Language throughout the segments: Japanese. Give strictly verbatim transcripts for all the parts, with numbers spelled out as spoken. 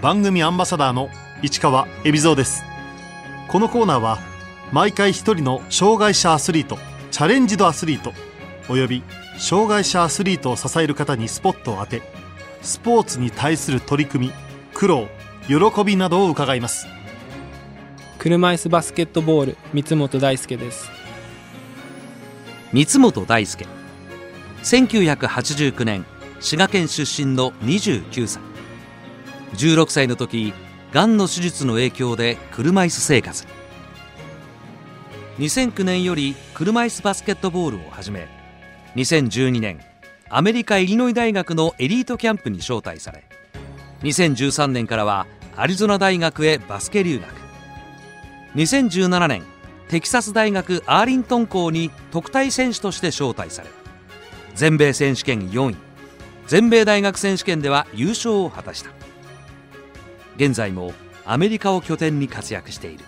番組アンバサダーの市川恵比蔵です。このコーナーは毎回一人の障害者アスリート、チャレンジドアスリートおよび障害者アスリートを支える方にスポットを当て、スポーツに対する取り組み、苦労、喜びなどを伺います。 車椅子バスケットボール三本大輔です。 三本大輔、せんきゅうひゃくはちじゅうきゅうねん滋賀県出身のにじゅうきゅうさい。じゅうろくさいの時、がんの手術の影響で車椅子生活に。にせんきゅうねんより車椅子バスケットボールを始め、にせんじゅうにねんアメリカイリノイ大学のエリートキャンプに招待され、にせんじゅうさんねんからはアリゾナ大学へバスケ留学。にせんじゅうななねんテキサス大学アーリントン校に特待選手として招待され、全米選手権よんい、全米大学選手権では優勝を果たした。現在もアメリカを拠点に活躍している。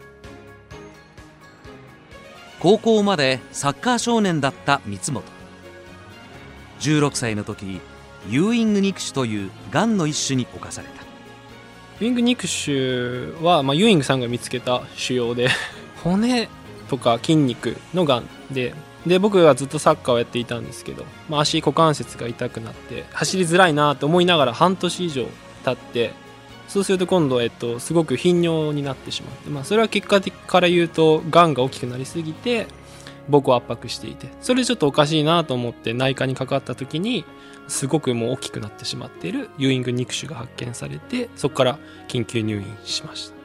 高校までサッカー少年だった三本。じゅうろくさいの時、ユーイング肉腫というがんの一種に侵された。 ユーイング肉腫は、まあ、ユーイングさんが見つけた腫瘍で骨とか筋肉のがんでで僕はずっとサッカーをやっていたんですけど、まあ、足股関節が痛くなって走りづらいなと思いながら半年以上経って、そうすると今度、えっと、すごく頻尿になってしまって、まあ、それは結果的から言うとがんが大きくなりすぎて僕を圧迫していて、それでちょっとおかしいなと思って内科にかかった時に、すごくもう大きくなってしまっているユーイング肉腫が発見されて、そこから緊急入院しました。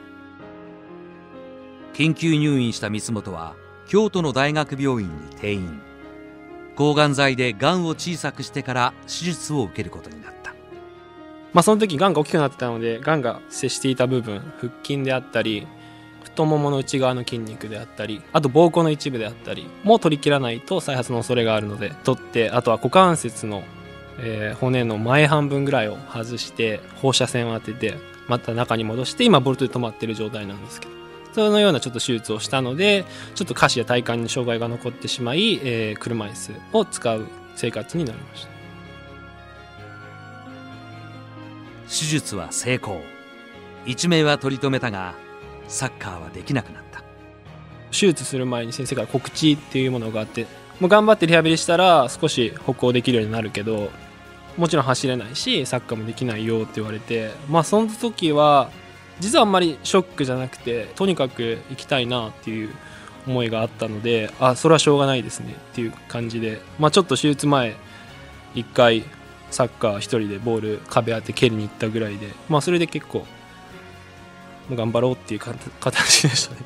緊急入院した三本は京都の大学病院に転院。抗がん剤でがんを小さくしてから手術を受けることになった。 まあ、その時がんが大きくなってたので、がんが接していた部分、腹筋であったり太ももの内側の筋肉であったり、あと膀胱の一部であったりも取り切らないと再発の恐れがあるので取って、あとは股関節の、えー、骨の前半分ぐらいを外して放射線を当ててまた中に戻して、今ボルトで止まっている状態なんですけど、そのようなちょっと手術をしたので、ちょっと下肢や体幹に障害が残ってしまい、えー、車椅子を使う生活になりました。 手術は成功。一命は取り留めたが、サッカーはできなくなった。 手術する前に先生から告知っていうものがあって、もう頑張ってリハビリしたら少し歩行できるようになるけど、もちろん走れないしサッカーもできないよって言われて、まあその時は実はあんまりショックじゃなくて、とにかく行きたいなっていう思いがあったので、あ、それはしょうがないですねっていう感じで、まあちょっと手術前一回サッカー一人でボール壁当て蹴りに行ったぐらいで、まあそれで結構もう頑張ろうっていう形でしたね。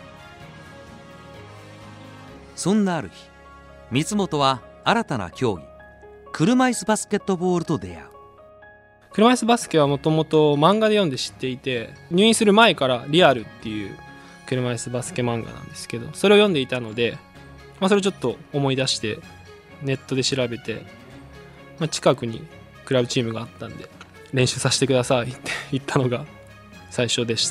そんなある日、三本は新たな競技、車椅子バスケットボールと出会う。 車椅子バスケはもともと漫画で読んで知っていて、入院する前からリアルっていう車椅子バスケ漫画なんですけど、それを読んでいたので、まあ、それをちょっと思い出してネットで調べて、まあ、近くにクラブチームがあったんで練習させてくださいって言ったのが最初でした。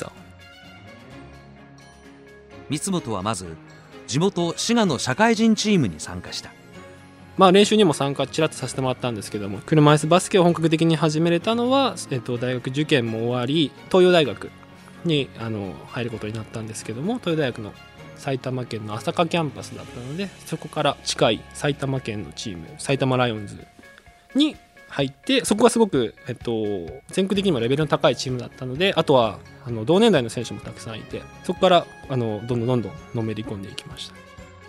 三本はまず地元滋賀の社会人チームに参加した。 まあ、練習にも参加ちらっとさせてもらったんですけども、車椅子バスケを本格的に始めれたのは、えっと、大学受験も終わり東洋大学にあの入ることになったんですけども、東洋大学の埼玉県の朝霞キャンパスだったので、そこから近い埼玉県のチーム埼玉ライオンズに入って、そこがすごく、えっと、全国的にもレベルの高いチームだったので、あとはあの同年代の選手もたくさんいて、そこからあのどんどんどんどんのめり込んでいきました。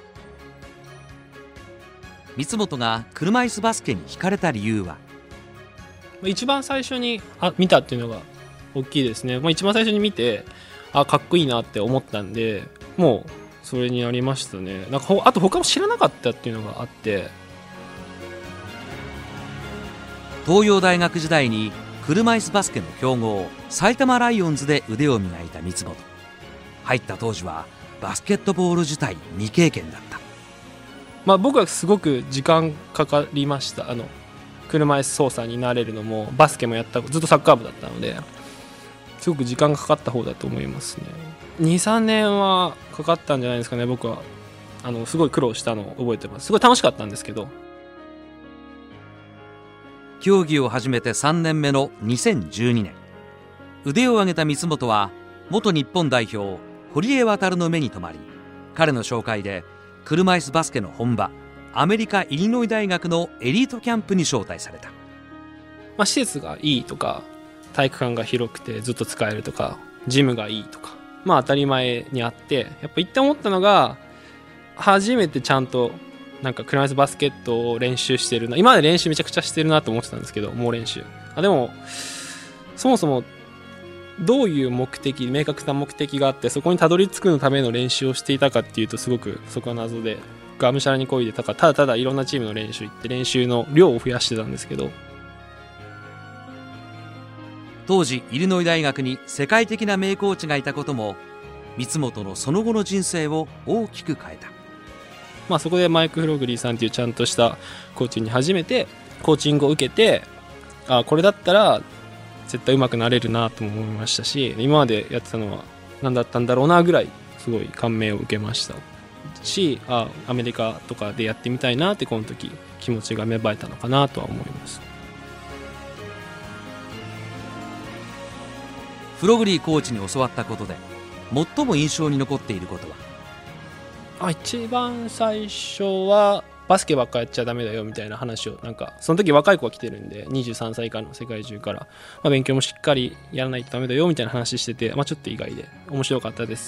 三本が車椅子バスケに惹かれた理由は、 一番最初にあ見たっていうのが大きいですね。まあ、一番最初に見て、あ、かっこいいなって思ったんで、もうそれになりましたね。なんかほあと他も知らなかったっていうのがあって、 東洋大学時代に車椅子バスケの強豪埼玉ライオンズで腕を磨いた三本。入った当時はバスケットボール自体未経験だった。 まあ、僕はすごく時間かかりました。あの車椅子操作になれるのもバスケもやった、ずっとサッカー部だったのですごく時間がかかった方だと思いますね。にさんねんはかかったんじゃないですかね。僕はあのすごい苦労したのを覚えてます。すごい楽しかったんですけど。 競技を始めてさんねんめのにせんじゅうにねん、 腕を上げた光本は元日本代表堀江航の目に留まり、彼の紹介で車椅子バスケの本場アメリカイリノイ大学のエリートキャンプに招待された。 まあ、施設がいいとか、体育館が広くてずっと使えるとか、ジムがいいとか、まあ当たり前にあって、やっぱ行って思ったのが、初めてちゃんとなんか車椅子バスケットを練習してるな、今まで練習めちゃくちゃしてるなと思ってたんですけど、もう練習あでもそもそもどういう目的、明確な目的があって、そこにたどり着くのための練習をしていたかっていうと、すごくそこは謎で、がむしゃらに漕いでたから、ただただいろんなチームの練習行って練習の量を増やしてたんですけど、 当時イリノイ大学に世界的な名コーチがいたことも光本のその後の人生を大きく変えた。 まあ、そこでマイク・フログリーさんっていうちゃんとしたコーチに初めてコーチングを受けて、あこれだったら絶対上手くなれるなとも思いましたし、今までやってたのは何だったんだろうなぐらいすごい感銘を受けましたし、あアメリカとかでやってみたいなってこの時気持ちが芽生えたのかなとは思います。 フログリーコーチに教わったことで最も印象に残っていることは？ あ一番最初はバスケばっかやっちゃダメだよみたいな話を、なんかその時若い子が来てるんでにじゅうさんさい以下の世界中から、まあ、勉強もしっかりやらないとダメだよみたいな話してて、まあ、ちょっと意外で面白かったです。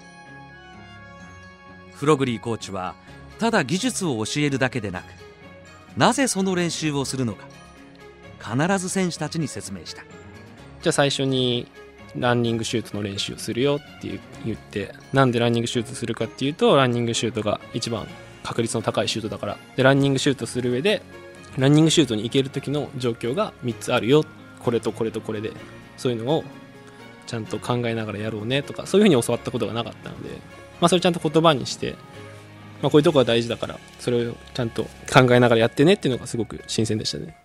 フログリーコーチはただ技術を教えるだけでなく、なぜその練習をするのか必ず選手たちに説明した。 じゃあ最初にランニングシュートの練習をするよって言って、なんでランニングシュートするかっていうと、ランニングシュートが一番確率の高いシュートだから。でランニングシュートする上でランニングシュートに行ける時の状況がみっつあるよ、これとこれとこれで、そういうのをちゃんと考えながらやろうねとか、そういうふうに教わったことがなかったので、まあ、それちゃんと言葉にして、まあ、こういうところが大事だからそれをちゃんと考えながらやってねっていうのがすごく新鮮でしたね。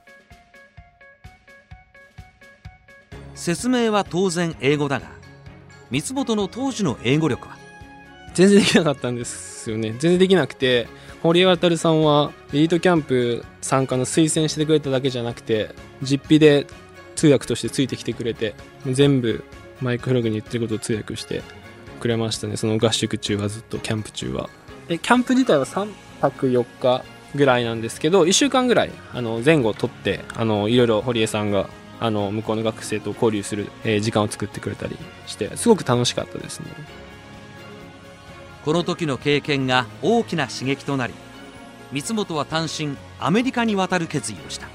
説明は当然英語だが、光本の当時の英語力は？ 全然できなかったんですよね。全然できなくて、堀江航さんはエリートキャンプ参加の推薦してくれただけじゃなくて、実費で通訳としてついてきてくれて、全部マイク・フログに言ってることを通訳してくれましたね。その合宿中はずっと、キャンプ中は。えキャンプ自体はさんぱくよっかぐらいなんですけど、いっしゅうかんぐらいあの前後取って、あのいろいろ堀江さんがあの向こうの学生と交流する、えー、時間を作ってくれたりして、すごく楽しかったですね。 この時の経験が大きな刺激となり、光本は単身アメリカに渡る決意をした。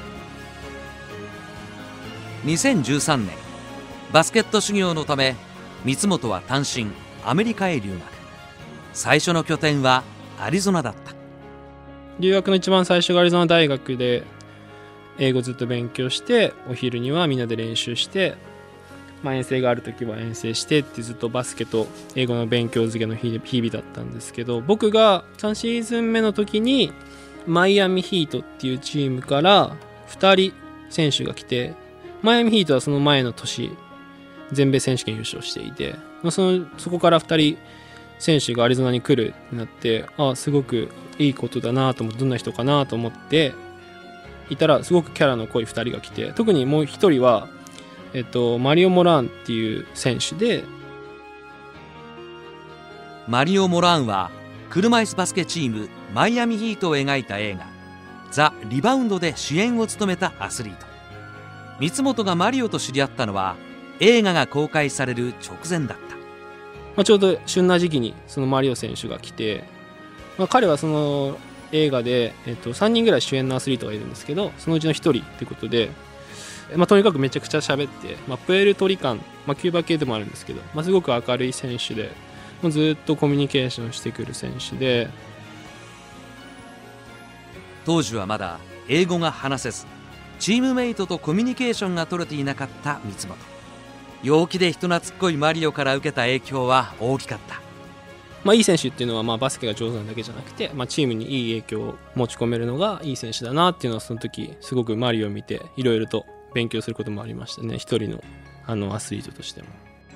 にせんじゅうさんねん、バスケット修行のため光本は単身アメリカへ留学。最初の拠点はアリゾナだった。 留学の一番最初がアリゾナ大学で英語ずっと勉強して、お昼にはみんなで練習して、まあ、遠征がある時は遠征してって、ずっとバスケと英語の勉強漬けの日々だったんですけど、僕がさんシーズン目の時にマイアミヒートっていうチームからふたり選手が来て、マイアミヒートはその前の年全米選手権優勝していて、まあ、そのそこからふたり選手がアリゾナに来るってなって、あすごくいいことだなと思って、どんな人かなと思っていたら、すごくキャラの濃いふたりが来て、特にもうひとりは、えっと、マリオ・モラーンっていう選手で、 マリオ・モラーンは車椅子バスケチームマイアミヒートを描いた映画ザ・リバウンドで主演を務めたアスリート。光本がマリオと知り合ったのは映画が公開される直前だった。 まあ、ちょうど旬な時期にそのマリオ選手が来て、まあ、彼はその映画で、えっと、さんにんぐらい主演のアスリートがいるんですけど、そのうちのひとりってことで、まあ、とにかくめちゃくちゃ喋って、まあ、プエルトリカン、まあ、キューバ系でもあるんですけど、まあ、すごく明るい選手で、もうずっとコミュニケーションしてくる選手で、 当時はまだ英語が話せず、チームメイトとコミュニケーションが取れていなかった光本。陽気で人懐っこいマリオから受けた影響は大きかった。 まあ、いい選手っていうのはまあバスケが上手なだけじゃなくて、まあ、チームにいい影響を持ち込めるのがいい選手だなっていうのは、その時すごくマリオを見ていろいろと勉強することもありましたね。一人のあのアスリートとしても。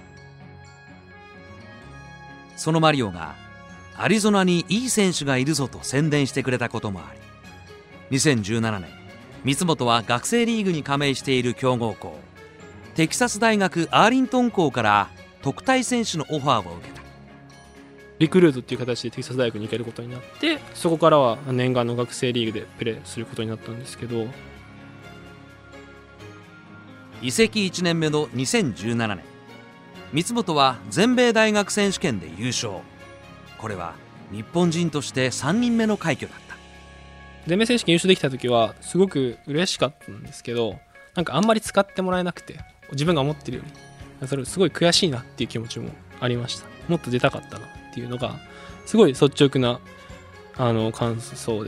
そのマリオがアリゾナにいい選手がいるぞと宣伝してくれたこともあり、にせんじゅうななねん光本は学生リーグに加盟している強豪校テキサス大学アーリントン校から特待選手のオファーを受けた。 リクルートっていう形でテキサス大学に行けることになって、そこからは念願の学生リーグでプレーすることになったんですけど、 移籍いちねんめのにせんじゅうななねん、三本は全米大学選手権で優勝。これは日本人としてさんにんめの快挙だった。 全米選手権優勝できた時はすごく嬉しかったんですけど、なんかあんまり使ってもらえなくて、自分が思ってるよりそれすごい悔しいなっていう気持ちもありました。もっと出たかったなっていうのがすごい率直なあの感想です。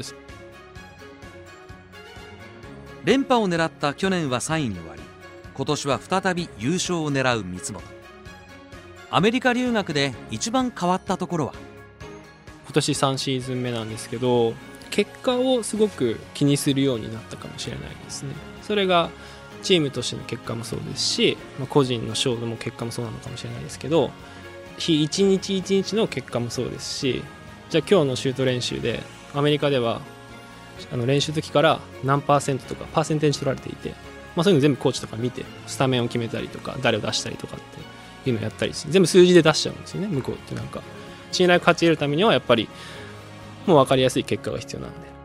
連覇を狙った去年はさんいに終わり、今年は再び優勝を狙う三本。アメリカ留学で一番変わったところは？ 今年さんシーズン目なんですけど、結果をすごく気にするようになったかもしれないですね。それがチームとしての結果もそうですし、個人の勝負も結果もそうなのかもしれないですけど、日一日一日の結果もそうですし、じゃあ今日のシュート練習でアメリカではあの練習時から何パーセントとかパーセンテージ取られていて、まあ、そういうの全部コーチとか見てスタメンを決めたりとか誰を出したりとかっていうのをやったりして、全部数字で出しちゃうんですよね、向こうって。なんか信頼を勝ち得るためにはやっぱりもう分かりやすい結果が必要なんで。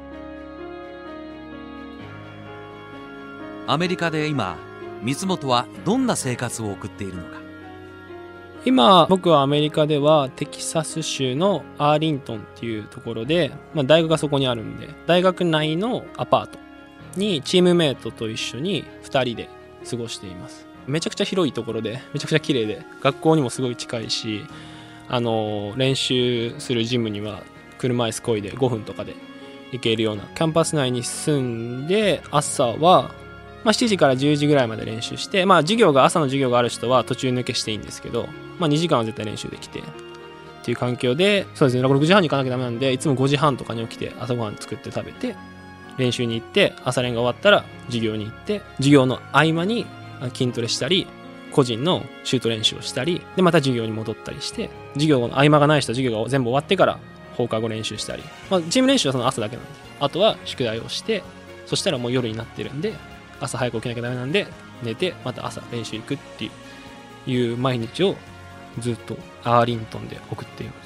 アメリカで今、三本はどんな生活を送っているのか。 今僕はアメリカではテキサス州のアーリントンっていうところで、まあ、大学がそこにあるんで、大学内のアパートにチームメイトと一緒にふたりで過ごしています。めちゃくちゃ広いところでめちゃくちゃ綺麗で、学校にもすごい近いし、あの練習するジムには車椅子こいでごふんとかで行けるようなキャンパス内に住んで、朝はまあ、しちじからじゅうじぐらいまで練習して、まあ、授業が朝の授業がある人は途中抜けしていいんですけど、まあ、にじかんは絶対練習できてっていう環境で、そうですね、ろくじはんに行かなきゃダメなんで、いつもごじはんとかに起きて朝ごはん作って食べて練習に行って、朝練が終わったら授業に行って、授業の合間に筋トレしたり個人のシュート練習をしたりで、また授業に戻ったりして、授業の合間がない人は授業が全部終わってから放課後練習したり、まあ、チーム練習はその朝だけなんで、あとは宿題をして、そしたらもう夜になってるんで朝早く起きなきゃダメなんで寝て、また朝練習行くっていう毎日をずっとアーリントンで送っています。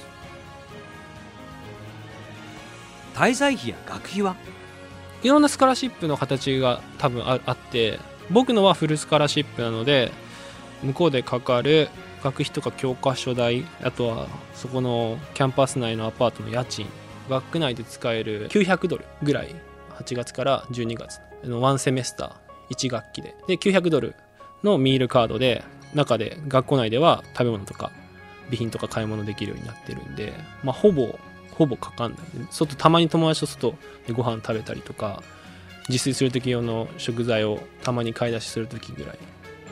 滞在費や学費はいろんなスカラシップの形が多分 あ, あって僕のはフルスカラシップなので、向こうでかかる学費とか教科書代、あとはそこのキャンパス内のアパートの家賃、学区内で使えるきゅうひゃくドルぐらい、はちがつからじゅうにがつのワンセメスターいち学期でできゅうひゃくドルのミールカードで、中で学校内では食べ物とか備品とか買い物できるようになってるんで、まあ、ほぼほぼかかんない。外たまに友達と外でご飯食べたりとか、自炊する時用の食材をたまに買い出しする時ぐらい。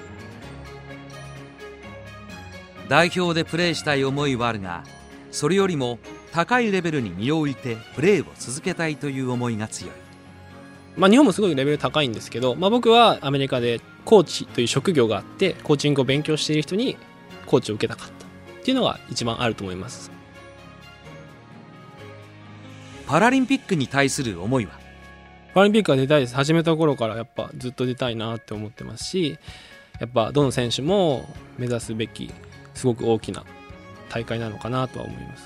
代表でプレーしたい思いはあるが、それよりも高いレベルに身を置いてプレーを続けたいという思いが強い。 まあ、日本もすごいレベル高いんですけど、まあ、僕はアメリカでコーチという職業があって、コーチングを勉強している人にコーチを受けたかったっていうのが一番あると思います。 パラリンピックに対する思いは？ パラリンピックは出たいです。始めた頃からやっぱずっと出たいなって思ってますし、やっぱどの選手も目指すべきすごく大きな大会なのかなとは思います。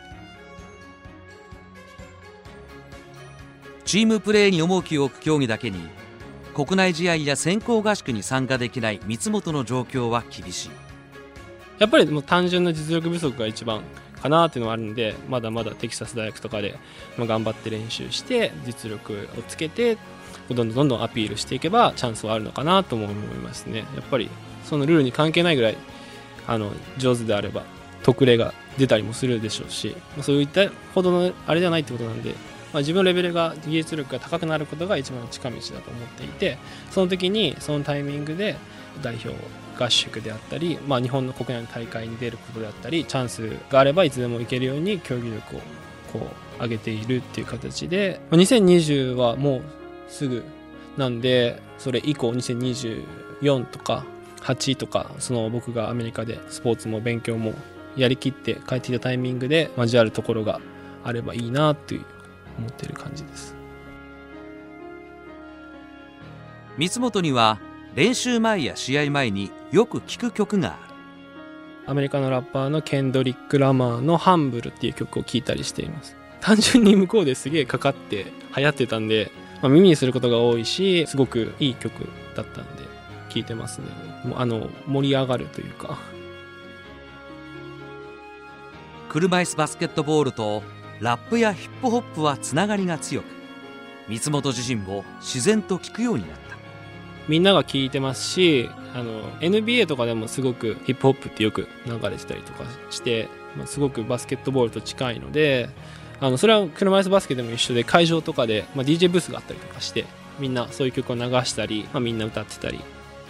チームプレーに重きを置く競技だけに、国内試合や選考合宿に参加できない三本の状況は厳しい。 やっぱりもう単純な実力不足が一番かなっていうのはあるんで、まだまだテキサス大学とかで頑張って練習して実力をつけてどんどんどんどんアピールしていけばチャンスはあるのかなとも思いますね。やっぱりそのルールに関係ないぐらいあの上手であれば特例が出たりもするでしょうし、そういったほどのあれじゃないってことなんで、まあ、自分のレベルが技術力が高くなることが一番近道だと思っていて、その時にそのタイミングで代表合宿であったり、まあ、日本の国内の大会に出ることであったり、チャンスがあればいつでも行けるように競技力をこう上げているっていう形で、にせんにじゅうはもうすぐなんで、それ以降にせんにじゅうよんとかはちとか、その僕がアメリカでスポーツも勉強もやりきって帰ってきたタイミングで交わるところがあればいいなっていう思っている感じです。 三本には練習前や試合前によく聴く曲がある。 アメリカのラッパーのケンドリック・ラマーのハンブルっていう曲を聴いたりしています。単純に向こうですげえかかって流行ってたんで、まあ、耳にすることが多いし、すごくいい曲だったんで聴いてますね。もうあの盛り上がるというか。 車椅子バスケットボールとラップやヒップホップはつながりが強く、三本自身も自然と聴くようになった。 みんなが聴いてますし、あの エヌビーエー とかでもすごくヒップホップってよく流れてたりとかして、まあ、すごくバスケットボールと近いので、あのそれは車椅子バスケでも一緒で、会場とかで、まあ、ディージェー ブースがあったりとかして、みんなそういう曲を流したり、まあ、みんな歌ってたり。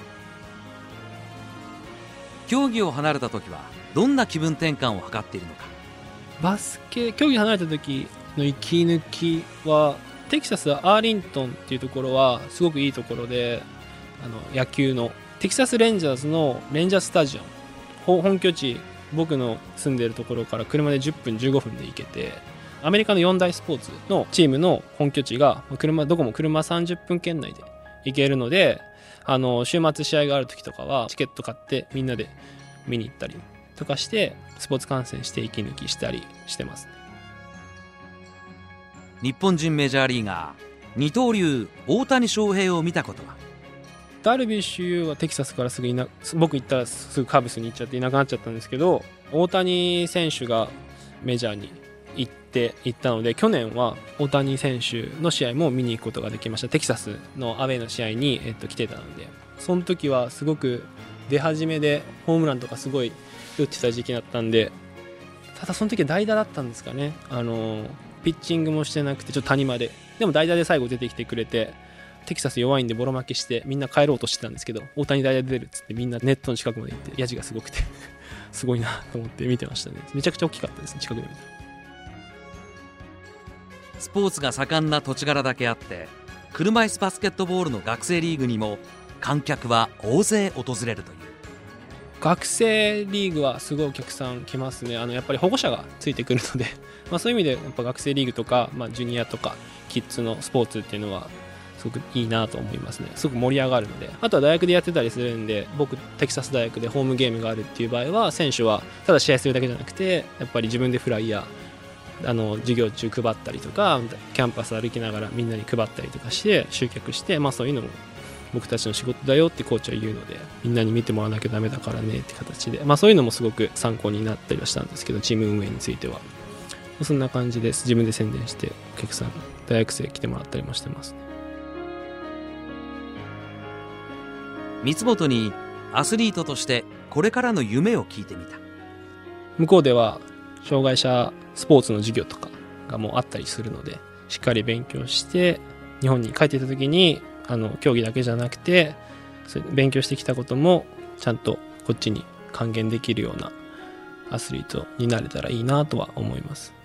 競技を離れた時はどんな気分転換を図っているのか。 バスケ競技離れた時の息抜きは、テキサスアーリントンっていうところはすごくいいところで、あの野球のテキサスレンジャーズのレンジャースタジアム、本拠地、僕の住んでるところから車でじゅっぷんじゅうごふんで行けて、アメリカのよん大スポーツのチームの本拠地が車どこも車さんじゅっぷん圏内で行けるので、あの週末試合がある時とかはチケット買ってみんなで見に行ったりとかして、スポーツ観戦して息抜きしたりしてますね。 日本人メジャーリーガー二刀流大谷翔平を見たことは。 ダルビッシュ有はテキサスからすぐいな僕行ったらすぐカブスに行っちゃっていなくなっちゃったんですけど、大谷選手がメジャーに行って行ったので、去年は大谷選手の試合も見に行くことができました。テキサスのアウェーの試合に、えっと、来てたので、その時はすごく出始めでホームランとかすごい打ってた時期だったんで、ただその時は代打だったんですかね。あのピッチングもしてなくてちょっと谷間で、でも代打で最後出てきてくれて、テキサス弱いんでボロ負けしてみんな帰ろうとしてたんですけど、大谷代打で出るっつってみんなネットの近くまで行って、ヤジがすごくてすごいなと思って見てましたね。めちゃくちゃ大きかったですね、近くで見たら。 スポーツが盛んな土地柄だけあって、車椅子バスケットボールの学生リーグにも観客は大勢訪れるという。 学生リーグはすごいお客さん来ますね。あのやっぱり保護者がついてくるのでまあそういう意味でやっぱ学生リーグとか、まあ、ジュニアとかキッズのスポーツっていうのはすごくいいなと思いますね。すごく盛り上がるので、あとは大学でやってたりするんで、僕テキサス大学でホームゲームがあるっていう場合は、選手はただ試合するだけじゃなくて、やっぱり自分でフライヤーあの授業中配ったりとか、キャンパス歩きながらみんなに配ったりとかして集客して、まあそういうのも僕たちの仕事だよってコーチは言うので、みんなに見てもらわなきゃダメだからねって形で、まあそういうのもすごく参考になったりはしたんですけど、チーム運営についてはそんな感じです。自分で宣伝してお客さん、大学生来てもらったりもしてますね。 三本にアスリートとしてこれからの夢を聞いてみた。 向こうでは障害者スポーツの授業とかがもうあったりするので、しっかり勉強して日本に帰っていた時に、あの競技だけじゃなくてそれ勉強してきたこともちゃんとこっちに還元できるようなアスリートになれたらいいなとは思います。